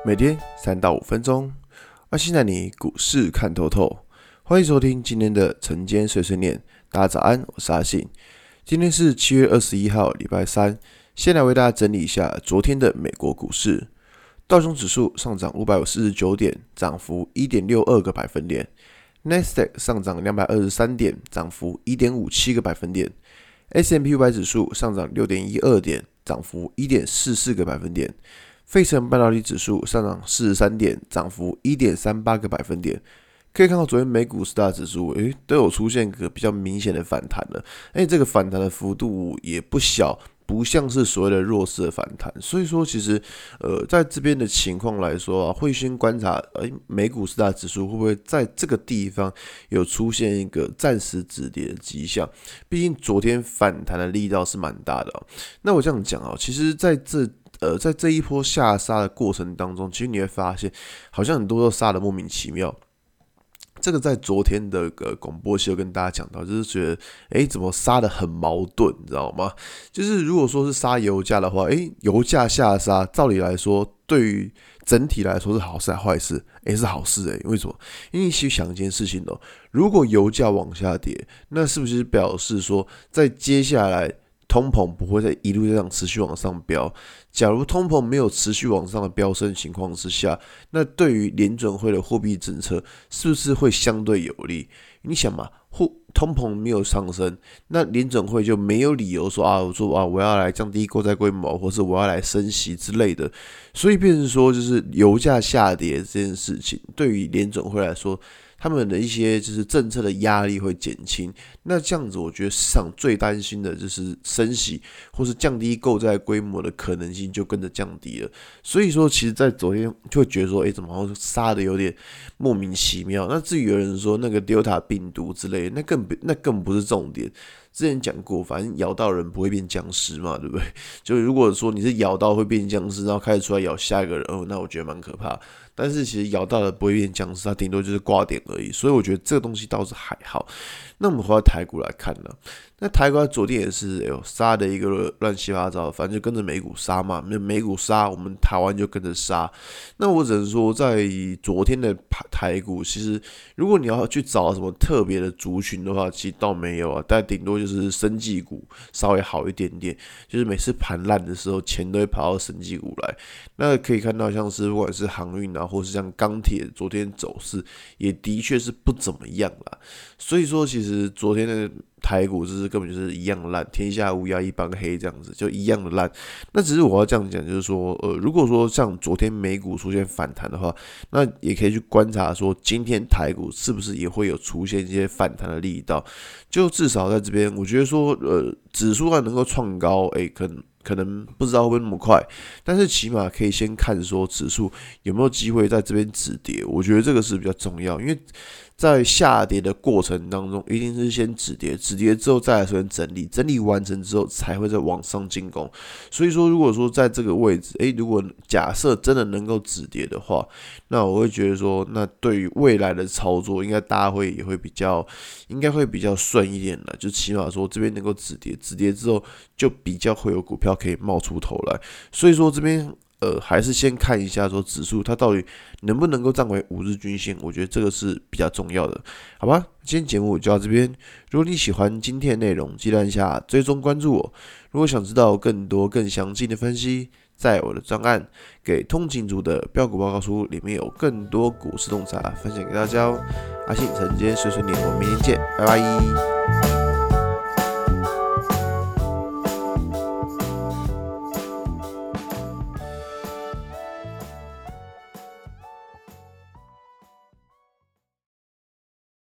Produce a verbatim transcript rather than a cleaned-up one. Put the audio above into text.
每天三到五分钟，阿信带你股市看透透。欢迎收听今天的晨间碎碎念，大家早安，我是阿信。今天是七月二十一号，礼拜三。先来为大家整理一下昨天的美国股市。道琼指数上涨五百四十九点，涨幅 一点六二个百分点。Nasdaq 上涨两百二十三点，涨幅 一点五七个百分点。S and P 五百 指数上涨 六点一二点，涨幅 一点四四个百分点。费城半导体指数上涨四十三点，涨幅 一点三八个百分点。可以看到昨天美股四大指数诶都有出现一个比较明显的反弹了，而且这个反弹的幅度也不小，不像是所谓的弱势的反弹。所以说其实呃在这边的情况来说啊，会先观察诶美股四大指数会不会在这个地方有出现一个暂时止跌的迹象，毕竟昨天反弹的力道是蛮大的、哦、那我这样讲啊，其实在这呃在这一波下杀的过程当中，其实你会发现好像很多都杀得莫名其妙。这个在昨天的个广播期有跟大家讲到，就是觉得，哎，怎么杀得很矛盾，你知道吗？就是如果说是杀油价的话，哎，油价下杀，照理来说，对于整体来说是好事还是坏事？哎，是好事哎，为什么？因为你去想一件事情哦，如果油价往下跌，那是不是表示说，在接下来通膨不会再一路这样持续往上飙？假如通膨没有持续往上的飙升情况之下，那对于联准会的货币政策是不是会相对有利？你想嘛，通膨没有上升，那联准会就没有理由说啊，我说啊，我要来降低购债规模，或是我要来升息之类的。所以，变成说，就是油价下跌这件事情，对于联准会来说，他们的一些就是政策的压力会减轻。那这样子，我觉得市场最担心的就是升息或是降低购债规模的可能性就跟着降低了。所以说，其实，在昨天就会觉得说，哎，怎么好像杀的有点莫名其妙？那至于有人说那个 Delta 病毒之类的，那更那更不是重点。之前讲过，反正咬到人不会变僵尸嘛，对不对？就如果说你是咬到会变僵尸，然后开始出来咬下一个人，哦，那我觉得蛮可怕。但是其实咬到了不会变僵尸，它顶多就是挂点而已，所以我觉得这个东西倒是还好。那我们回到台股来看呢，那台股昨天也是哎呦杀的一个乱七八糟，反正就跟着美股杀嘛，美股杀，我们台湾就跟着杀。那我只能说，在昨天的台股，其实如果你要去找什么特别的族群的话，其实倒没有啊，但顶多就是生技股稍微好一点点，就是每次盘烂的时候，钱都会跑到生技股来。那可以看到，像是不管是航运啊，或是像钢铁，昨天走势也的确是不怎么样啦。所以说，其实昨天的台股就是根本就是一样烂，天下乌鸦一般黑这样子，就一样的烂。那只是我要这样讲，就是说，呃，如果说像昨天美股出现反弹的话，那也可以去观察说，今天台股是不是也会有出现一些反弹的力道。就至少在这边，我觉得说，呃，指数还能够创高，哎，可能。可能不知道会不会那么快，但是起码可以先看说指数有没有机会在这边止跌，我觉得这个是比较重要，因为在下跌的过程当中，一定是先止跌，止跌之后再来先整理，整理完成之后才会再往上进攻。所以说，如果说在这个位置，诶，如果假设真的能够止跌的话，那我会觉得说，那对于未来的操作，应该大家会也会比较，应该会比较顺一点的，就起码说这边能够止跌，止跌之后就比较会有股票可以冒出头来。所以说这边。呃，还是先看一下说指数它到底能不能够站回五日均线，我觉得这个是比较重要的，好吧？今天节目就到这边。如果你喜欢今天的内容，记得按下追踪关注我。如果想知道更多更详尽的分析，在我的专案《给通勤族的标股报告书》里面有更多股市洞察分享给大家哦。阿信晨间碎碎念，我们明天见，拜拜。